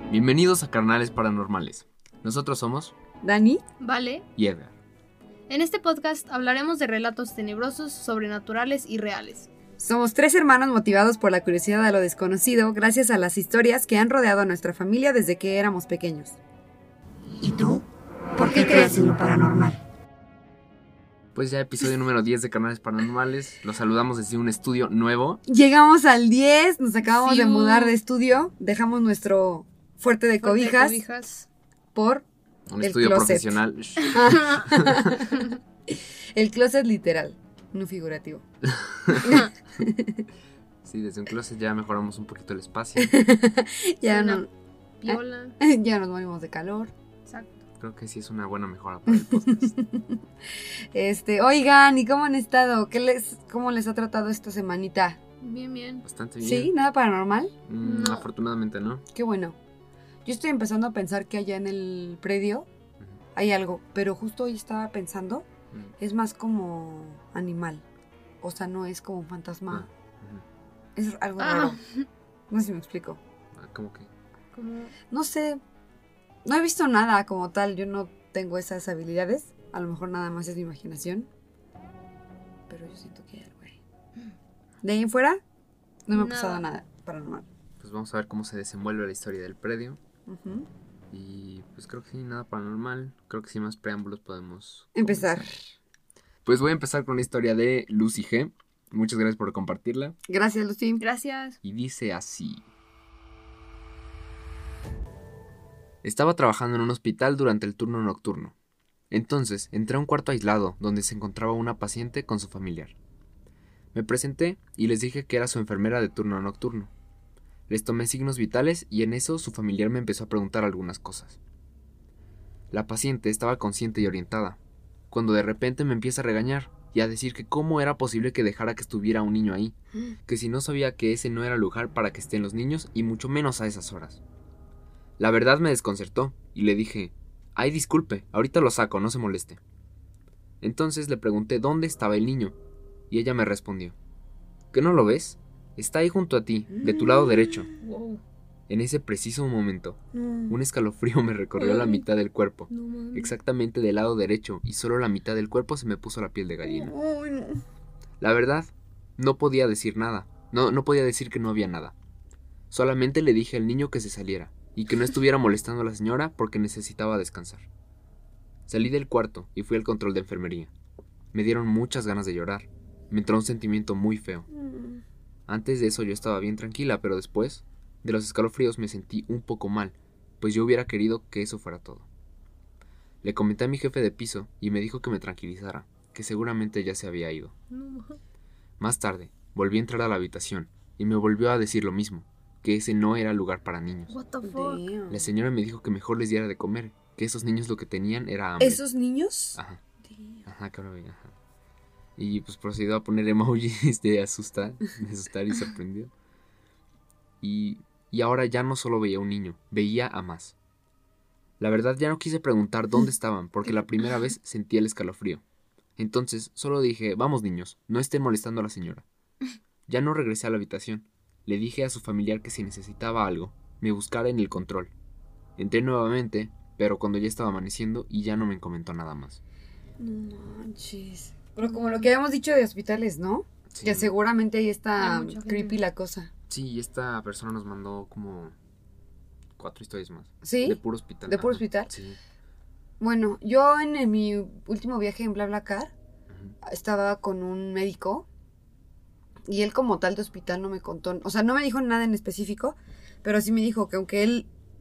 Bienvenidos a Carnales Paranormales. Nosotros somos Dani, Vale. y Edgar. En este podcast hablaremos de relatos tenebrosos, sobrenaturales y reales. somos 3 hermanos motivados por la curiosidad a lo desconocido gracias a las historias que han rodeado a nuestra familia desde que éramos pequeños. ¿Y tú? ¿Por qué crees en lo paranormal? Pues ya episodio número 10 de Carnales Paranormales. Los saludamos desde un estudio nuevo. Llegamos al 10, nos acabamos de Fiu. mudar de estudio, dejamos nuestro fuerte de cobijas por Un El estudio closet. profesional. el closet literal, no figurativo. Sí, desde un closet ya mejoramos un poquito el espacio. Ya, Una no, Piola. ya nos morimos de calor. Exacto. Creo que sí es una buena mejora para el podcast. Oigan, ¿y cómo han estado? ¿Cómo les ha tratado esta semanita? Bien, bien. Bastante bien. ¿Sí? ¿Nada paranormal? No. Afortunadamente no. Qué bueno. Yo estoy empezando a pensar que allá en el predio hay algo, pero justo hoy estaba pensando, es más como animal. O sea, no es como un fantasma. Es algo raro. No sé si me explico. ¿Cómo que? Como... No sé. No he visto nada como tal. Yo no tengo esas habilidades. A lo mejor nada más es mi imaginación. Pero yo siento que hay algo ahí. De ahí en fuera, no me ha Nada. pasado nada paranormal. Pues vamos a ver cómo se desenvuelve la historia del predio. Ujú. Y pues creo que sí, nada paranormal. Creo que sin más preámbulos podemos Empezar. comenzar. Pues voy a empezar con la historia de Lucy G. Muchas gracias por compartirla. Gracias, Lucy. Gracias. Y dice así. Estaba trabajando en un hospital durante el turno nocturno. Entonces entré a un cuarto aislado donde se encontraba una paciente con su familiar. Me presenté y les dije que era su enfermera de turno nocturno. Les tomé signos vitales y en eso su familiar me empezó a preguntar algunas cosas. La paciente estaba consciente y orientada, cuando de repente me empieza a regañar y a decir que cómo era posible que dejara que estuviera un niño ahí, que si no sabía que ese no era lugar para que estén los niños y mucho menos a esas horas. La verdad me desconcertó y le dije, ay disculpe, ahorita lo saco, no se moleste. Entonces le pregunté dónde estaba el niño y ella me respondió, ¿que no lo ves? Está ahí junto a ti, de tu lado derecho. Wow. En ese preciso momento, un escalofrío me recorrió la mitad del cuerpo, No mames. exactamente del lado derecho, y solo la mitad del cuerpo se me puso la piel de gallina. Ay, no. La verdad, no podía decir nada, no podía decir que no había nada. Solamente le dije al niño que se saliera, y que no estuviera molestando a la señora porque necesitaba descansar. Salí del cuarto y fui al control de enfermería. Me dieron muchas ganas de llorar, me entró un sentimiento muy feo. Antes de eso yo estaba bien tranquila, pero después de los escalofríos me sentí un poco mal, pues yo hubiera querido que eso fuera todo. Le comenté a mi jefe de piso y me dijo que me tranquilizara, que seguramente ya se había ido. No mames. Más tarde, volví a entrar a la habitación y me volvió a decir lo mismo, que ese no era lugar para niños. What the fuck. Damn. La señora me dijo que mejor les diera de comer, que esos niños lo que tenían era hambre. ¿Esos niños? Ajá, cabrón, ajá. Y pues procedió a poner emojis de asustar y sorprendido. Y ahora ya no solo veía un niño, veía a más. La verdad ya no quise preguntar dónde estaban, porque la primera vez sentí el escalofrío. Entonces solo dije, vamos niños, no estén molestando a la señora. Ya no regresé a la habitación. Le dije a su familiar que si necesitaba algo, me buscara en el control. Entré nuevamente, pero cuando ya estaba amaneciendo y ya no me comentó nada más. No manches. Pero como lo que habíamos dicho de hospitales, ¿no? Sí. Que seguramente ahí está Hay mucha gente. creepy la cosa. Sí, y esta persona nos mandó como 4 historias más. ¿Sí? De puro hospital. ¿De puro Ajá. hospital? Sí. Bueno, yo en mi último viaje en BlaBlaCar Ujú. estaba con un médico y él como tal de hospital no me contó, o sea, no me dijo nada en específico, pero sí me dijo que aunque él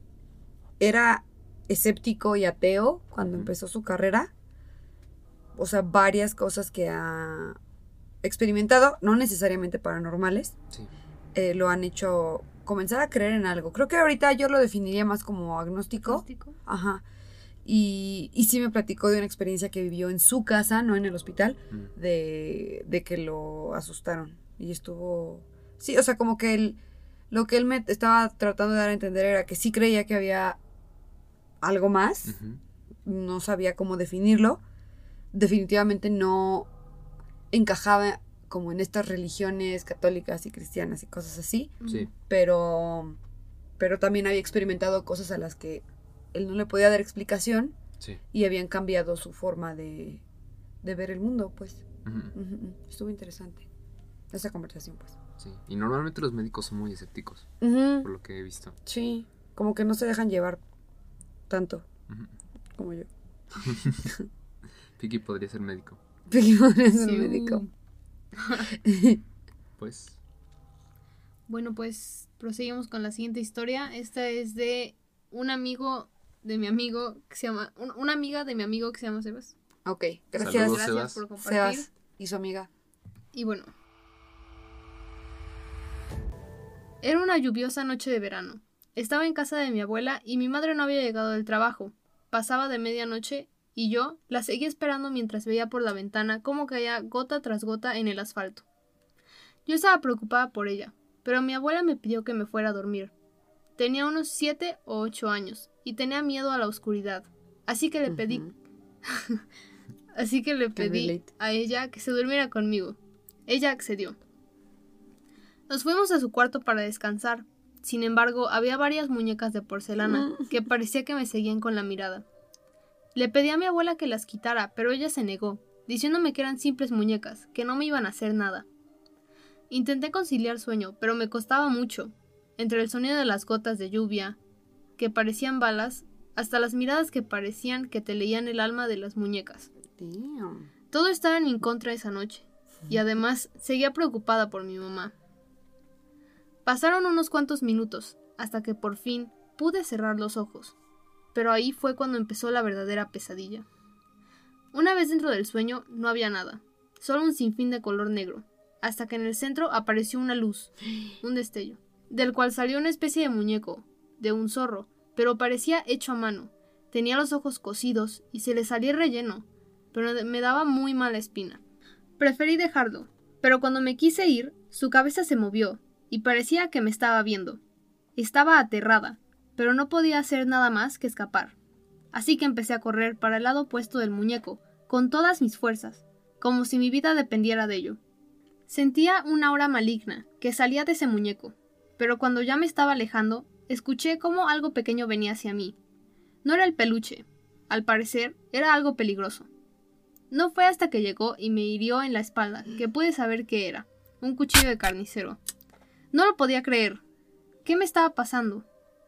era escéptico y ateo cuando Ujú. empezó su carrera, o sea, varias cosas que ha experimentado, no necesariamente paranormales, Sí. lo han hecho comenzar a creer en algo. Creo que ahorita yo lo definiría más como agnóstico. ¿Plástico? Ajá. Y sí me platicó de una experiencia que vivió en su casa, no en el hospital, Mm. de que lo asustaron. Y estuvo... Sí, o sea, como que lo que él me estaba tratando de dar a entender era que sí creía que había algo más. Ujú. No sabía cómo definirlo. Definitivamente no encajaba como en estas religiones católicas y cristianas y cosas así. Sí. Pero pero también había experimentado cosas a las que él no le podía dar explicación Sí. y habían cambiado su forma de ver el mundo, pues. Ujú. Estuvo interesante esa conversación, pues. Sí. Y normalmente los médicos son muy escépticos, por lo que he visto. Sí, como que no se dejan llevar tanto Ujú. como yo. Vicky podría ser médico. Pero podría ser Sí. médico. Pues, Bueno, pues proseguimos con la siguiente historia. Esta es de un amigo de mi amigo que se llama... Una amiga de mi amigo que se llama Sebas. Ok, gracias. Saludos, Gracias Sebas. por compartir. Sebas y su amiga. Y bueno. Era una lluviosa noche de verano. Estaba en casa de mi abuela y mi madre no había llegado del trabajo. Pasaba de medianoche y yo la seguía esperando mientras veía por la ventana cómo caía gota tras gota en el asfalto. Yo estaba preocupada por ella, pero mi abuela me pidió que me fuera a dormir. Tenía unos 7 o 8 años y tenía miedo a la oscuridad, así que le pedí relate. a ella que se durmiera conmigo. Ella accedió. Nos fuimos a su cuarto para descansar. Sin embargo, había varias muñecas de porcelana que parecía que me seguían con la mirada. Le pedí a mi abuela que las quitara, pero ella se negó, diciéndome que eran simples muñecas, que no me iban a hacer nada. Intenté conciliar sueño, pero me costaba mucho. Entre el sonido de las gotas de lluvia, que parecían balas, hasta las miradas que parecían que te leían el alma de las muñecas. Damn. Todo estaba en mi contra esa noche, y además seguía preocupada por mi mamá. Pasaron unos cuantos minutos, hasta que por fin pude cerrar los ojos, pero ahí fue cuando empezó la verdadera pesadilla. Una vez dentro del sueño no había nada, solo un sinfín de color negro, hasta que en el centro apareció una luz, un destello, del cual salió una especie de muñeco, de un zorro, pero parecía hecho a mano. Tenía los ojos cosidos y se le salía el relleno, pero me daba muy mala espina. Preferí dejarlo, pero cuando me quise ir, su cabeza se movió y parecía que me estaba viendo. Estaba aterrada, pero no podía hacer nada más que escapar. Así que empecé a correr para el lado opuesto del muñeco, con todas mis fuerzas, como si mi vida dependiera de ello. Sentía una aura maligna que salía de ese muñeco, pero cuando ya me estaba alejando, escuché cómo algo pequeño venía hacia mí. No era el peluche, al parecer era algo peligroso. No fue hasta que llegó y me hirió en la espalda que pude saber qué era, un cuchillo de carnicero. No lo podía creer. ¿Qué me estaba pasando?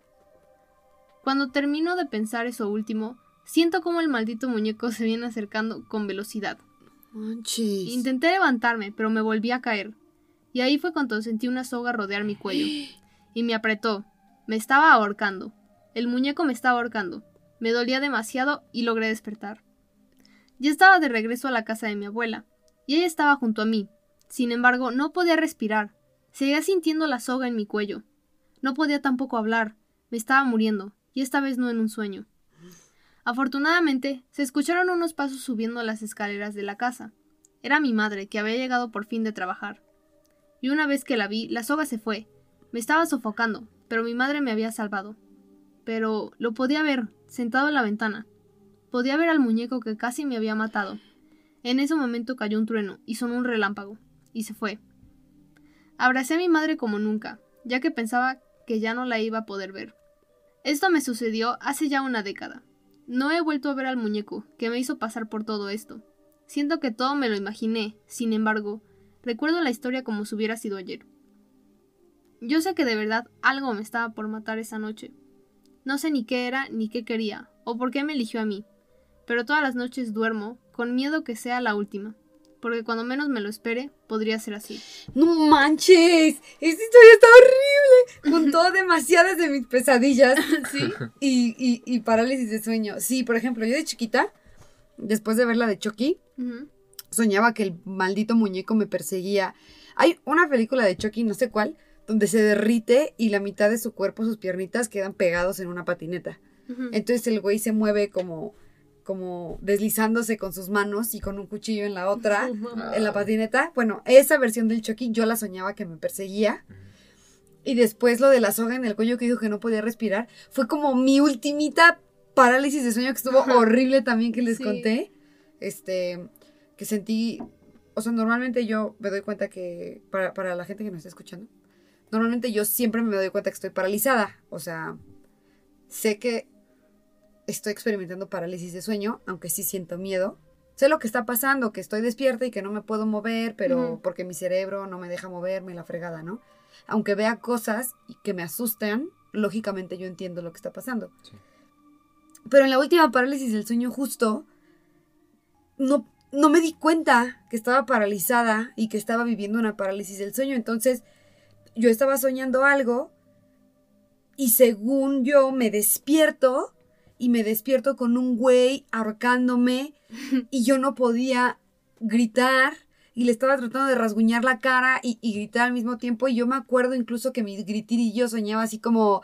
Cuando termino de pensar eso último, siento como el maldito muñeco se viene acercando con velocidad. Manches. Intenté levantarme, pero me volví a caer. Y ahí fue cuando sentí una soga rodear mi cuello. Y me apretó. Me estaba ahorcando. El muñeco me estaba ahorcando. Me dolía demasiado y logré despertar. Ya estaba de regreso a la casa de mi abuela, y ella estaba junto a mí. Sin embargo, no podía respirar. Seguía sintiendo la soga en mi cuello. No podía tampoco hablar. Me estaba muriendo, y esta vez no en un sueño. Afortunadamente, se escucharon unos pasos subiendo las escaleras de la casa. Era mi madre, que había llegado por fin de trabajar. Y una vez que la vi, la soga se fue. Me estaba sofocando, pero mi madre me había salvado. Pero lo podía ver, sentado en la ventana. Podía ver al muñeco que casi me había matado. En ese momento cayó un trueno y sonó un relámpago, y se fue. Abracé a mi madre como nunca, ya que pensaba que ya no la iba a poder ver. Esto me sucedió hace ya una década. No he vuelto a ver al muñeco que me hizo pasar por todo esto. Siento que todo me lo imaginé, sin embargo, recuerdo la historia como si hubiera sido ayer. Yo sé que de verdad algo me estaba por matar esa noche. No sé ni qué era ni qué quería, o por qué me eligió a mí, pero todas las noches duermo con miedo que sea la última, porque cuando menos me lo espere, podría ser así. ¡No manches! Esta historia está horrible. Juntó demasiadas de mis pesadillas. ¿Sí? Y parálisis de sueño. Sí, por ejemplo, yo de chiquita, después de ver la de Chucky, Ujú. soñaba que el maldito muñeco me perseguía. Hay una película de Chucky, no sé cuál, donde se derrite y la mitad de su cuerpo, sus piernitas, quedan pegados en una patineta. Ujú. Entonces el güey se mueve como deslizándose con sus manos y con un cuchillo en la otra, en la patineta. Bueno, esa versión del Chucky yo la soñaba que me perseguía. Y después lo de la soga en el cuello que dijo que no podía respirar, fue como mi ultimita parálisis de sueño que estuvo horrible también que les Sí. conté. Que sentí, o sea, normalmente yo me doy cuenta que para la gente que nos está escuchando, normalmente yo siempre me doy cuenta que estoy paralizada. O sea, sé que estoy experimentando parálisis de sueño, aunque sí siento miedo. Sé lo que está pasando, que estoy despierta y que no me puedo mover, pero porque mi cerebro no me deja moverme, la fregada, ¿no? Aunque vea cosas que me asustan, lógicamente yo entiendo lo que está pasando. Sí. Pero en la última parálisis del sueño justo, no me di cuenta que estaba paralizada y que estaba viviendo una parálisis del sueño. Entonces, yo estaba soñando algo y según yo me despierto y me despierto con un güey ahorcándome y yo no podía gritar y le estaba tratando de rasguñar la cara y gritar al mismo tiempo. Y yo me acuerdo incluso que mi gritirillo soñaba así como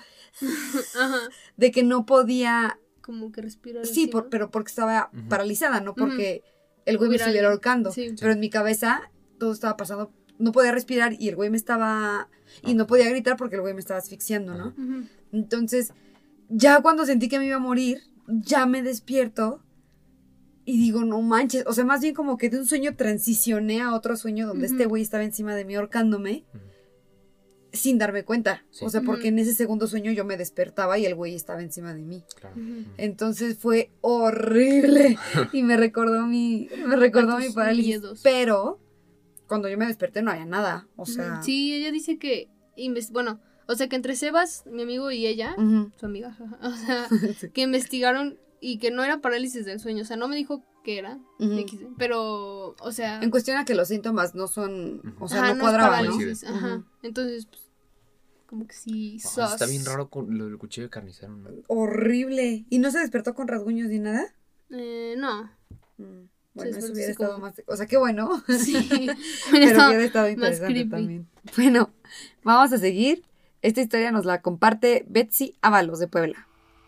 de que no podía... Como que respirar. Sí, así, ¿no? pero porque estaba paralizada, no porque el güey me estuviera ahorcando. Sí. Pero en mi cabeza todo estaba pasando, no podía respirar y el güey me estaba... Y no podía gritar porque el güey me estaba asfixiando, ¿no? Entonces, ya cuando sentí que me iba a morir, ya me despierto y digo, no manches. O sea, más bien como que de un sueño transicioné a otro sueño donde este güey estaba encima de mí ahorcándome sin darme cuenta. Sí. O sea, porque en ese segundo sueño yo me despertaba y el güey estaba encima de mí. Claro. Entonces fue horrible y me recordó mi parálisis. Miedos. Pero cuando yo me desperté no había nada. O sea... Sí, ella dice que... Bueno, o sea, que entre Sebas, mi amigo, y ella, su amiga, o sea, que investigaron y que no era parálisis del sueño. O sea, no me dijo qué era, pero, o sea... En cuestión a que los síntomas no son... O sea, no cuadraban, ¿no? Entonces, pues, como que sí... Está bien raro con lo del cuchillo de carnicero, ¿no? Horrible. ¿Y no se despertó con rasguños ni nada? No. Bueno, eso hubiera estado más... O sea, qué bueno. Sí. Pero hubiera estado interesante también. Bueno, vamos a seguir. Esta historia nos la comparte Betsy Ábalos de Puebla.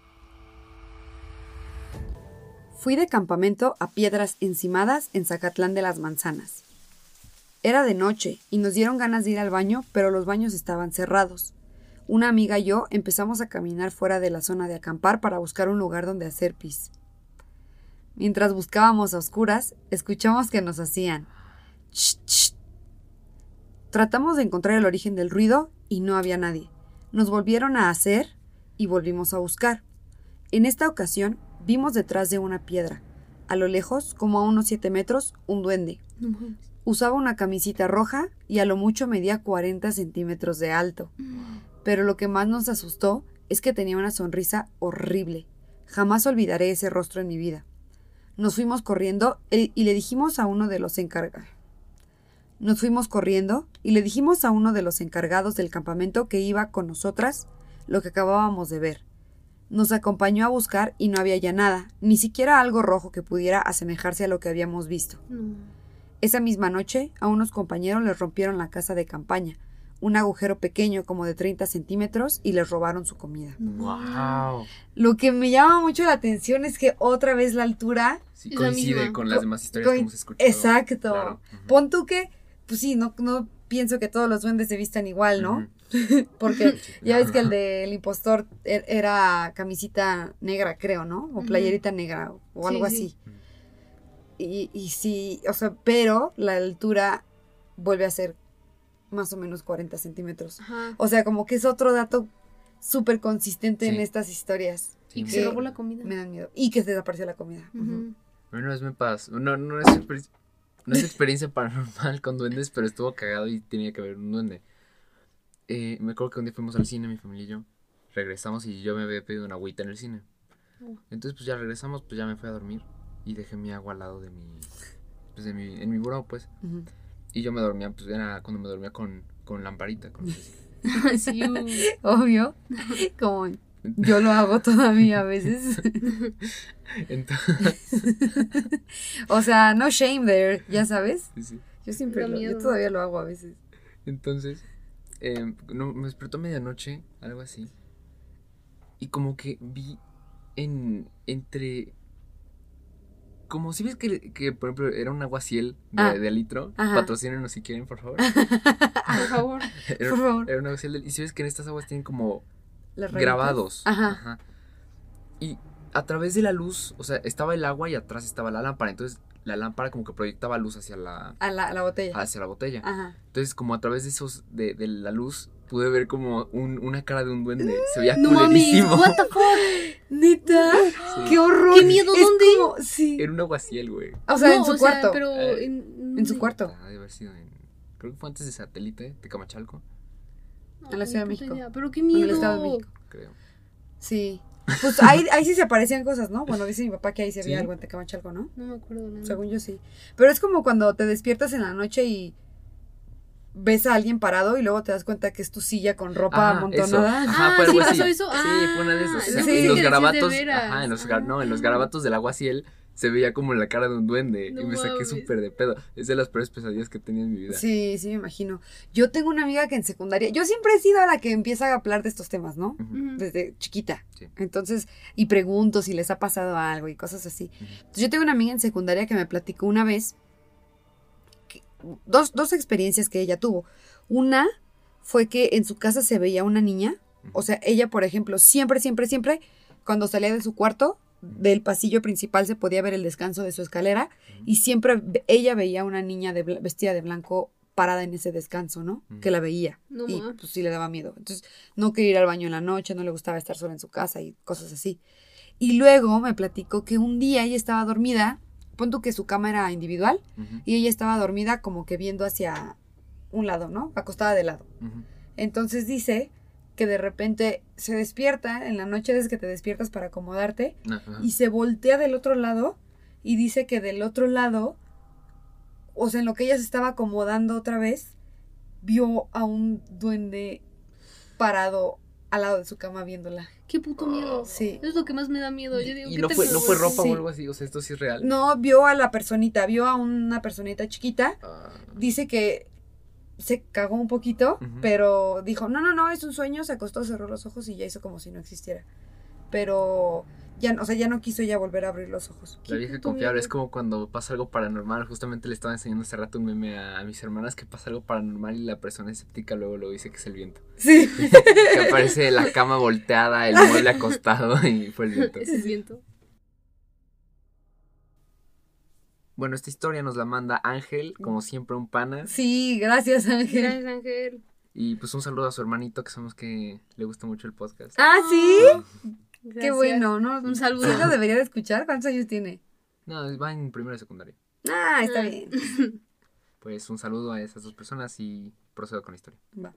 Fui de campamento a Piedras Encimadas en Zacatlán de las Manzanas. Era de noche y nos dieron ganas de ir al baño, pero los baños estaban cerrados. Una amiga y yo empezamos a caminar fuera de la zona de acampar para buscar un lugar donde hacer pis. Mientras buscábamos a oscuras, escuchamos que nos hacían ch, ch. Tratamos de encontrar el origen del ruido y no había nadie. Nos volvieron a hacer y volvimos a buscar. En esta ocasión vimos detrás de una piedra, a lo lejos, como a unos 7 metros, un duende. Usaba una camisita roja y a lo mucho medía 40 centímetros de alto. Pero lo que más nos asustó es que tenía una sonrisa horrible. Jamás olvidaré ese rostro en mi vida. Nos fuimos corriendo y le dijimos a uno de los encargados del campamento que iba con nosotras lo que acabábamos de ver. Nos acompañó a buscar y no había ya nada, ni siquiera algo rojo que pudiera asemejarse a lo que habíamos visto. Esa misma noche, a unos compañeros les rompieron la casa de campaña, un agujero pequeño como de 30 centímetros y les robaron su comida. ¡Wow! Lo que me llama mucho la atención es que otra vez la altura... Sí, coincide con las demás historias que hemos escuchado. Exacto. Claro. Pon tú que, pues sí, no pienso que todos los duendes se vistan igual, ¿no? Porque ya ves que el del impostor era camisita negra, creo, ¿no? O playerita negra o algo así. Y sí, o sea, pero la altura vuelve a ser más o menos 40 centímetros. O sea, como que es otro dato súper consistente en estas historias. Sí, y que se robó la comida. Me dan miedo. Y que se desapareció la comida. Una vez me pasó, no es experiencia paranormal con duendes, pero estuvo cagado y tenía que haber un duende. Me acuerdo que un día fuimos al cine, mi familia y yo. Regresamos y yo me había pedido una agüita en el cine. Entonces, pues ya regresamos, pues ya me fui a dormir. Y dejé mi agua al lado de en mi buró, pues. Y yo me dormía, pues era cuando me dormía con lamparita, con sí, obvio. Como yo lo hago todavía a veces. Entonces... o sea, no shame there, ya sabes. Sí. Yo todavía lo hago a veces. Entonces, me despertó a medianoche, algo así. Y como que vi entre... Como si ves que, por ejemplo, era un aguaciel de litro. Patrocínenos si quieren, por favor. Por favor. Era un aguaciel y si ves que en estas aguas tienen como grabados. Ajá. Y a través de la luz, o sea, estaba el agua y atrás estaba la lámpara. Entonces, la lámpara como que proyectaba luz hacia la botella. Hacia la botella. Entonces, como a través de esos, de la luz, pude ver como una cara de un duende. Se veía No mames, culerísimo. what the fuck. ¿Neta? Sí. ¡Qué horror! ¡Qué miedo! Es ¿Dónde? como- sí. Era un aguaciel, güey. O sea, No, en su cuarto. pero En su cuarto. Ah, debe haber sido creo que fue antes de Satélite, de Camachalco, En la Ciudad de ni puta México. idea, pero qué En el miedo. Estado de México. creo. Sí. Pues ahí sí se aparecían cosas, ¿no? Bueno, dice mi papá que ahí se veía ¿Sí? algo en Tecamachalco, ¿no? No me acuerdo nada. Según yo sí. Pero es como cuando te despiertas en la noche y ves a alguien parado y luego te das cuenta que es tu silla con ropa Eso. amontonada. Ajá, Ah, fue ¿sí algo pasó así. eso? Sí, fue una de esas. Ah, O sea, sí, en que los decías de garabatos, veras. ajá, en los garabatos del aguaciel se veía como la cara de un duende No y me saqué mames. súper de pedo. Es de las peores pesadillas que he tenido en mi vida. Sí, sí, me imagino. Yo tengo una amiga que en secundaria, yo siempre he sido la que empieza a hablar de estos temas, ¿no? Ujú. Ujú. Desde chiquita. Sí. Entonces, y pregunto si les ha pasado algo y cosas así. Entonces, yo tengo una amiga en secundaria que me platicó una vez dos experiencias que ella tuvo. Una fue que en su casa se veía una niña, o sea, ella, por ejemplo, siempre, cuando salía de su cuarto, del pasillo principal se podía ver el descanso de su escalera y siempre ella veía una niña vestida de blanco parada en ese descanso, ¿no? Que la veía No y mames. pues sí le daba miedo. Entonces, no quería ir al baño en la noche, no le gustaba estar sola en su casa y cosas así. Y luego me platicó que un día ella estaba dormida, pon tú que su cama era individual, Ujú, y ella estaba dormida como que viendo hacia un lado, ¿no? Acostada de lado. ujú. Entonces dice que de repente se despierta, en la noche desde que te despiertas para acomodarte, Ajá. y se voltea del otro lado, y dice que del otro lado, o sea, en lo que ella se estaba acomodando otra vez, vio a un duende parado al lado de su cama viéndola. Qué puto miedo. Sí. Es lo que más me da miedo. Yo digo, Y ¿qué no tal fue, si no me fue vuelvo- ropa Sí. o algo así, o sea, esto sí es real. No, vio a la personita, vio a una personita chiquita, Ah, dice que se cagó un poquito, Ujú. pero dijo, no, es un sueño, se acostó, cerró los ojos y ya hizo como si no existiera. Pero ya, o sea, ya no quiso ya volver a abrir los ojos. la vieja puto confiable miedo. es como cuando pasa algo paranormal. Justamente le estaba enseñando hace rato un meme a mis hermanas que pasa algo paranormal y la persona escéptica luego lo dice que es el viento. Sí. Que aparece la cama volteada, el mueble acostado y fue el viento. Ese es viento. Bueno, esta historia nos la manda Ángel, como siempre un pana. Sí, gracias, Ángel. Gracias, Ángel. Y pues un saludo a su hermanito, que sabemos que le gusta mucho el podcast. Ah, sí. Qué Gracias. bueno, ¿no? Un saludo. Sí lo debería de escuchar. ¿Cuántos años tiene? No, va en primero de secundaria. Ah, está Ah. bien. Pues un saludo a esas dos personas y procedo con la historia. Va.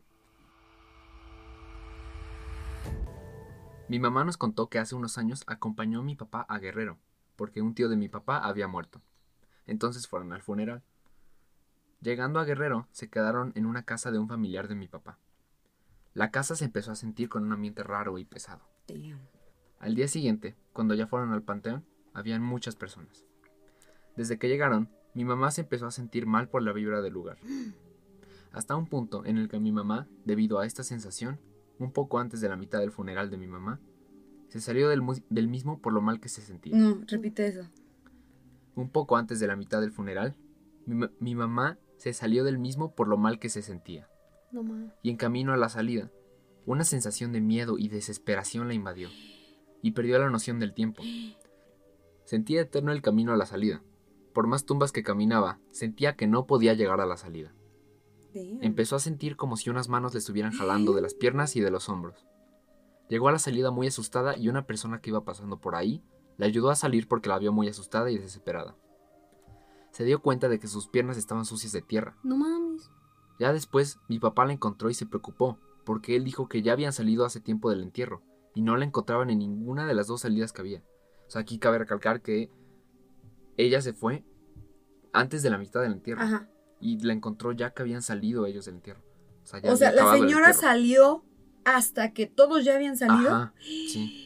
Mi mamá nos contó que hace unos años acompañó a mi papá a Guerrero, porque un tío de mi papá había muerto. Entonces fueron al funeral. Llegando a Guerrero, se quedaron en una casa de un familiar de mi papá. La casa se empezó a sentir con un ambiente raro y pesado. Damn. Al día siguiente, cuando ya fueron al panteón, habían muchas personas. Desde que llegaron, mi mamá se empezó a sentir mal por la vibra del lugar. Hasta un punto en el que mi mamá, debido a esta sensación, un poco antes de la mitad del funeral de mi mamá, se salió del mismo por lo mal que se sentía. No, repite eso. Un poco antes de la mitad del funeral, mi mamá se salió del mismo por lo mal que se sentía. No mames. Y en camino a la salida, una sensación de miedo y desesperación la invadió, y perdió la noción del tiempo. Sentía eterno el camino a la salida. Por más tumbas que caminaba, sentía que no podía llegar a la salida. Damn. Empezó a sentir como si unas manos le estuvieran jalando de las piernas y de los hombros. Llegó a la salida muy asustada y una persona que iba pasando por ahí le ayudó a salir porque la vio muy asustada y desesperada. Se dio cuenta de que sus piernas estaban sucias de tierra. No mames. Ya después, mi papá la encontró y se preocupó, porque él dijo que ya habían salido hace tiempo del entierro, y no la encontraban en ninguna de las dos salidas que había. O sea, aquí cabe recalcar que ella se fue antes de la mitad del entierro, Ajá. y la encontró ya que habían salido ellos del entierro. Ya O sea, había la acabado el señora entierro. salió hasta que todos ya habían salido. Ajá, sí.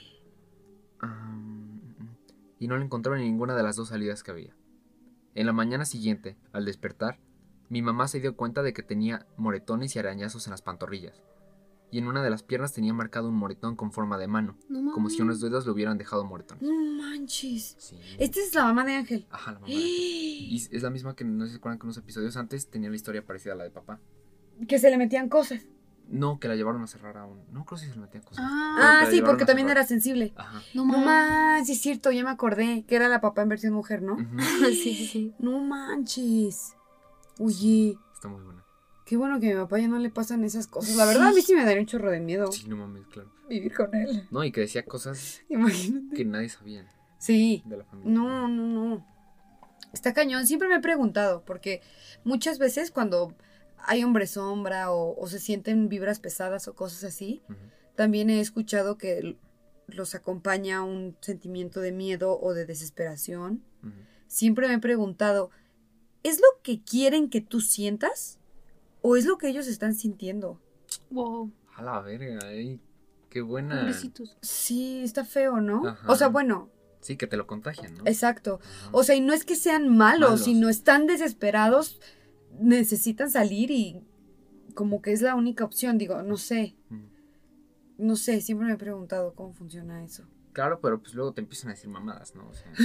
Y no la encontraron en ninguna de las dos salidas que había. En la mañana siguiente, al despertar, mi mamá se dio cuenta de que tenía moretones y arañazos en las pantorrillas. Y en una de las piernas tenía marcado un moretón con forma de mano, No mames. como si unos dedos le hubieran dejado moretones. No manches. Sí. Esta es la mamá de Ángel. Ajá, la mamá de Ángel. Y es la misma que, no sé si se acuerdan que unos episodios antes tenía la historia parecida a la de papá. Que se le metían cosas. No, que la llevaron a cerrar a un... No creo si se le metían cosas. Ah, Pero que la Sí, llevaron porque a también cerrar. era sensible. Ajá. no No mames. manches, sí es cierto, ya me acordé que era la papá en versión mujer, ¿no? Ujú. Sí, sí, sí. No manches. Oye, Está muy buena. Qué bueno que a mi papá ya no le pasan esas cosas. La verdad, a mí sí me daría un chorro de miedo Sí, no mames, claro. vivir con él. No, y que decía cosas Imagínate. que nadie sabía Sí. de la familia. No. Está cañón. Siempre me he preguntado, porque muchas veces cuando hay hombre sombra o se sienten vibras pesadas o cosas así, Ujú. también he escuchado que los acompaña un sentimiento de miedo o de desesperación. Ujú. Siempre me he preguntado, ¿es lo que quieren que tú sientas? ¿O es lo que ellos están sintiendo? Wow. A la verga, qué buena. Pobrecitos. Sí, está feo, ¿no? Ajá. O sea, bueno, Sí, que te lo contagian, ¿no? exacto. Ajá. O sea, y no es que sean malos, Malos. sino están desesperados, necesitan salir y como que es la única opción, digo, no sé. Ujú. No sé, siempre me he preguntado cómo funciona eso. Claro, pero pues luego te empiezan a decir mamadas, ¿no? O sea,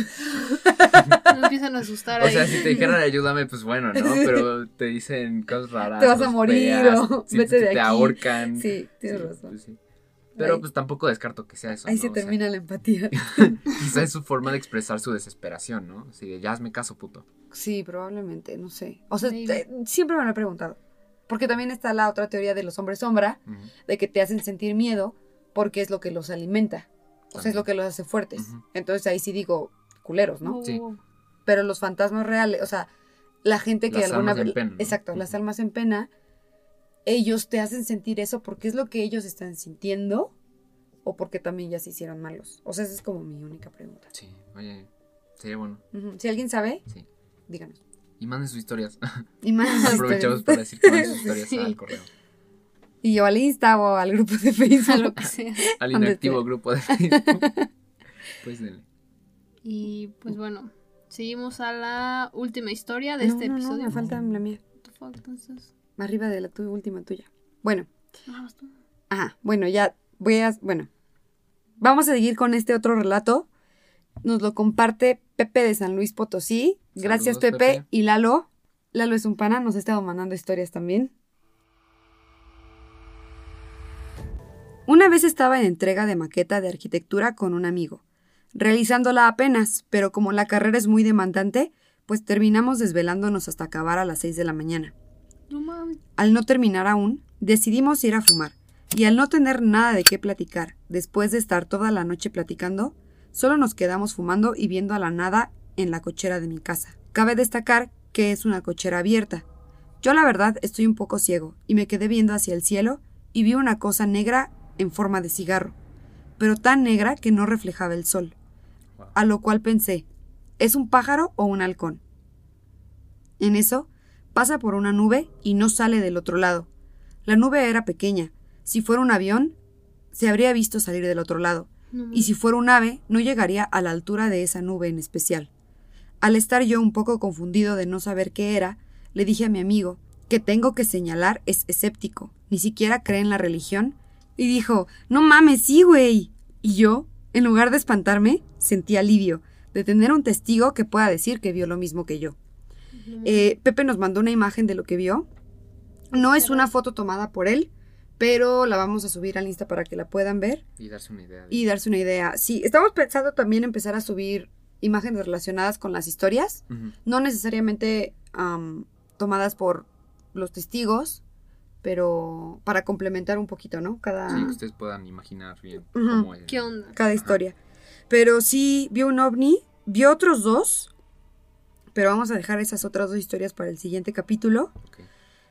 No empiezan a asustar o ahí. sea, si te dijeran ayúdame, pues bueno, ¿no? Pero te dicen cosas raras. Te vas a cosas morir, feas, o sí, vete de te aquí. ahorcan. Sí, tienes Sí, razón. pues sí. Pero Ahí- pues tampoco descarto que sea eso. Ahí ¿no? se O sea, termina la empatía. quizá es su forma de expresar su desesperación, ¿no? Así de ya hazme caso, puto. Sí, probablemente, no sé. O sea, Maybe. siempre me lo he preguntado. Porque también está la otra teoría de los hombres sombra, Ujú. de que te hacen sentir miedo porque es lo que los alimenta. O sea, es lo que los hace fuertes. Ujú. Entonces ahí sí digo culeros, ¿no? Wow. Sí. Pero los fantasmas reales, o sea, la gente que Las alguna almas en vez... pena, ¿no? Exacto, Ujú. las almas en pena, ellos te hacen sentir eso porque es lo que ellos están sintiendo o porque también ya se hicieron malos. O sea, esa es como mi única pregunta. Sí, oye, sería bueno. Ujú. Si alguien sabe, Sí. díganos. Y manden sus historias. Y más Aprovechamos historias. para decir que manden sus historias Sí. al correo. Y yo al Insta o al grupo de Facebook. A lo que sea. Al Donde inactivo te- grupo de Facebook. Pues dele. Y pues bueno, seguimos a la última historia de No, este no, no, episodio. me falta la mía. What the fuck, entonces. Arriba de la última tuya. Bueno, Ah, vas tú. ajá, bueno, ya bueno. Vamos a seguir con este otro relato. Nos lo comparte Pepe de San Luis Potosí. Gracias, Saludos, Pepe. Pepe. Y Lalo. Lalo es un pana, nos ha estado mandando historias también. Una vez estaba en entrega de maqueta de arquitectura con un amigo, realizándola apenas, pero como la carrera es muy demandante, pues terminamos desvelándonos hasta acabar a las 6 de la mañana. No mames. Al no terminar aún, decidimos ir a fumar, y al no tener nada de qué platicar, después de estar toda la noche platicando, solo nos quedamos fumando y viendo a la nada en la cochera de mi casa. Cabe destacar que es una cochera abierta. Yo la verdad estoy un poco ciego, y me quedé viendo hacia el cielo y vi una cosa negra en forma de cigarro, pero tan negra que no reflejaba el sol. A lo cual pensé, ¿es un pájaro o un halcón? En eso, pasa por una nube y no sale del otro lado. La nube era pequeña. Si fuera un avión, se habría visto salir del otro lado. No Y mames. si fuera un ave, no llegaría a la altura de esa nube en especial. Al estar yo un poco confundido de no saber qué era, le dije a mi amigo que tengo que señalar es escéptico, ni siquiera cree en la religión, y dijo, no mames, sí, güey. Y yo, en lugar de espantarme, sentí alivio de tener un testigo que pueda decir que vio lo mismo que yo. No mames. Pepe nos mandó una imagen de lo que vio. No es una foto tomada por él, pero la vamos a subir al Insta para que la puedan ver Y darse una idea. y darse una idea. Sí, estamos pensando también empezar a subir imágenes relacionadas con las historias, Ujú. no necesariamente tomadas por los testigos, pero para complementar un poquito, ¿no? Sí, Cada, que ustedes puedan imaginar bien Ujú. cómo es. ¿Qué onda? cada historia. Pero sí, vio un ovni, vio otros dos, pero vamos a dejar esas otras dos historias para el siguiente capítulo. Ok.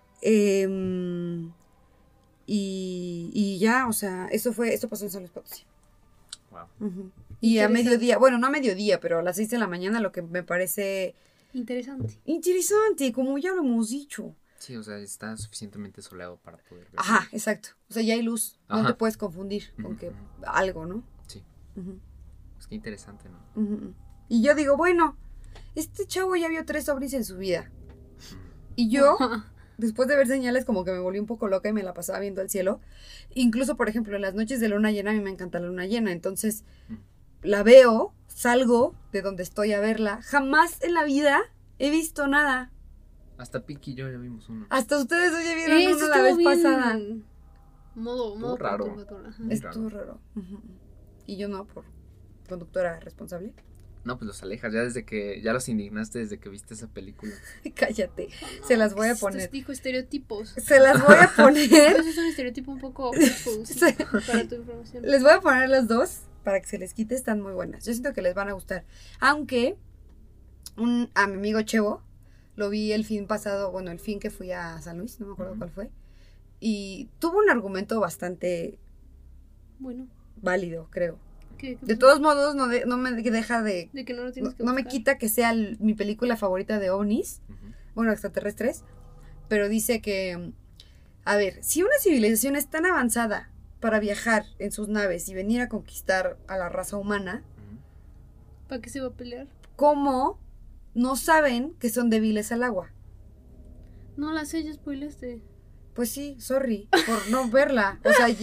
Y ya, o sea, esto pasó en San Luis Potosí. Wow. Ujú. Y a Interesante. mediodía, bueno, no a mediodía, pero a las 6 de la mañana, lo que me parece Interesante. interesante, como ya lo hemos dicho. Sí, o sea, está suficientemente soleado para poder ver. Ajá, exacto. O sea, ya hay luz. No Ajá. te puedes confundir con Ujú, que ujú. algo, ¿no? Sí. Ujú, Es que interesante, ¿no? ujú. Y yo digo, bueno, este chavo ya vio 3 ovnis en su vida. Y yo, después de ver señales, como que me volví un poco loca y me la pasaba viendo al cielo. Incluso, por ejemplo, en las noches de luna llena, a mí me encanta la luna llena. Entonces, la veo, salgo de donde estoy a verla. Jamás en la vida he visto nada. Hasta Piki y yo ya vimos uno. Hasta ustedes hoy ya vieron Eso uno la vez estuvo bien. pasada. Modo raro. perturbador, ajá. Muy Estuvo raro. Ujú. Y yo no, por conductora responsable. No, pues los alejas, ya los indignaste desde que viste esa película. Cállate, se las voy a poner. Estos dijo estereotipos. Se las voy a poner. Eso es un estereotipo un poco para tu información. Les voy a poner las dos para que se les quite, están muy buenas. Yo siento que les van a gustar. Aunque a mi amigo Chevo lo vi el fin pasado, bueno, el fin que fui a San Luis, no me acuerdo cuál fue. Y tuvo un argumento bastante bueno, válido, creo. ¿Qué De todos modos, no me deja de que no lo tienes que no me buscar. quita que sea mi película favorita de ovnis, bueno, extraterrestres, pero dice que, a ver, si una civilización es tan avanzada para viajar en sus naves y venir a conquistar a la raza humana, ¿Para qué se va a pelear? ¿cómo no saben que son débiles al agua? No la sé, ya spoileaste. Pues sí, sorry por no verla. O sea,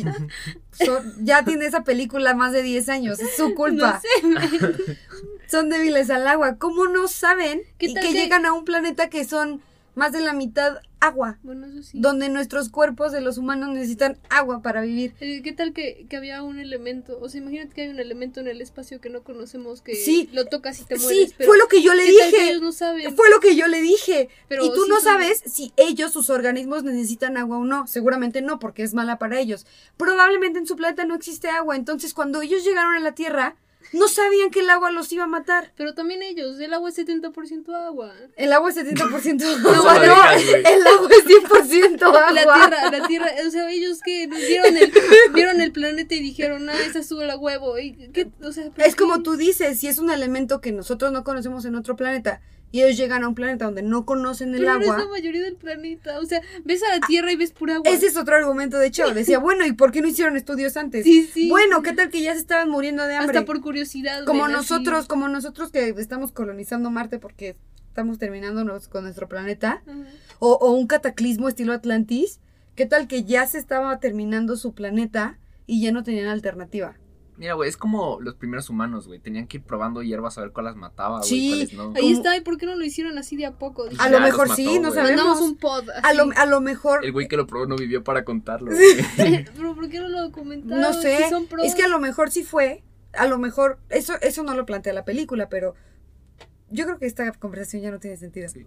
ya tiene esa película más de 10 años, es su culpa. No sé. Son débiles al agua. ¿Cómo no saben? ¿Qué Y tal que que llegan a un planeta que son más de la mitad agua. Bueno, eso sí. Donde nuestros cuerpos de los humanos necesitan agua para vivir. ¿Qué tal que había un elemento? O sea, imagínate que hay un elemento en el espacio que no conocemos, que Sí. lo tocas y te mueres. Sí, fue lo que yo le ¿qué tal que dije. ellos no saben? Fue lo que yo le dije. Pero y tú sí no saben. sabes si ellos, sus organismos, necesitan agua o no. Seguramente no, porque es mala para ellos. Probablemente en su planeta no existe agua. Entonces, cuando ellos llegaron a la Tierra, no sabían que el agua los iba a matar. Pero también ellos, el agua es 70% agua. El agua es 70% No, agua. lo No, dejas, güey. el agua es 100% agua. La tierra, o sea, ellos que vieron el planeta y dijeron, esa sube la huevo. O sea, ¿pero Es qué? como tú dices, si es un elemento que nosotros no conocemos en otro planeta y ellos llegan a un planeta donde no conocen el Pero no agua. es la mayoría del planeta. O sea, ves a la Tierra y ves pura agua. Ese es otro argumento de hecho. Decía, bueno, ¿y por qué no hicieron estudios antes? Sí. Bueno, ¿qué tal que ya se estaban muriendo de hambre? Hasta por curiosidad. como ven, así. nosotros que estamos colonizando Marte porque estamos terminando con nuestro planeta. Ajá. O un cataclismo estilo Atlantis. ¿Qué tal que ya se estaba terminando su planeta y ya no tenían alternativa? Mira, güey, es como los primeros humanos, güey. Tenían que ir probando hierbas a ver cuál las mataba, güey, Sí. cuáles no. Ahí está, ¿y por qué no lo hicieron así de a poco? A Ya lo los mejor mató, sí, no güey. sabemos. Mandamos un pod. Así. A lo mejor, El güey que lo probó no vivió para contarlo, güey. Pero ¿por qué no lo documentaron? no sé, Si son pros. es que a lo mejor sí fue, a lo mejor, eso no lo plantea la película, pero yo creo que esta conversación ya no tiene sentido. Sí.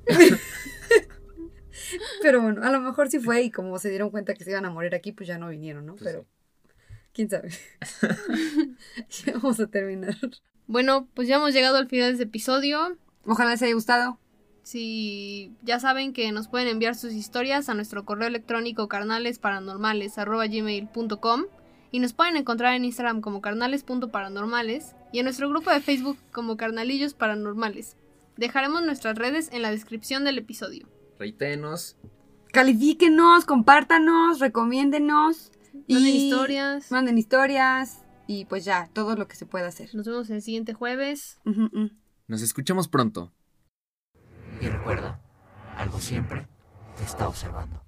Pero bueno, a lo mejor sí fue y como se dieron cuenta que se iban a morir aquí, pues ya no vinieron, ¿no? Pues Pero, sí. quién sabe. Ya vamos a terminar. Bueno, pues ya hemos llegado al final de este episodio. Ojalá les haya gustado. Si ya saben que nos pueden enviar sus historias a nuestro correo electrónico carnalesparanormales@gmail.com y nos pueden encontrar en Instagram como carnales.paranormales y en nuestro grupo de Facebook como Carnalillos Paranormales. Dejaremos nuestras redes en la descripción del episodio. Reítenos. Califíquenos, compártanos, recomiéndenos. Manden historias. Y pues ya, todo lo que se pueda hacer. Nos vemos el siguiente jueves. Nos escuchamos pronto. Y recuerda, algo siempre te está observando.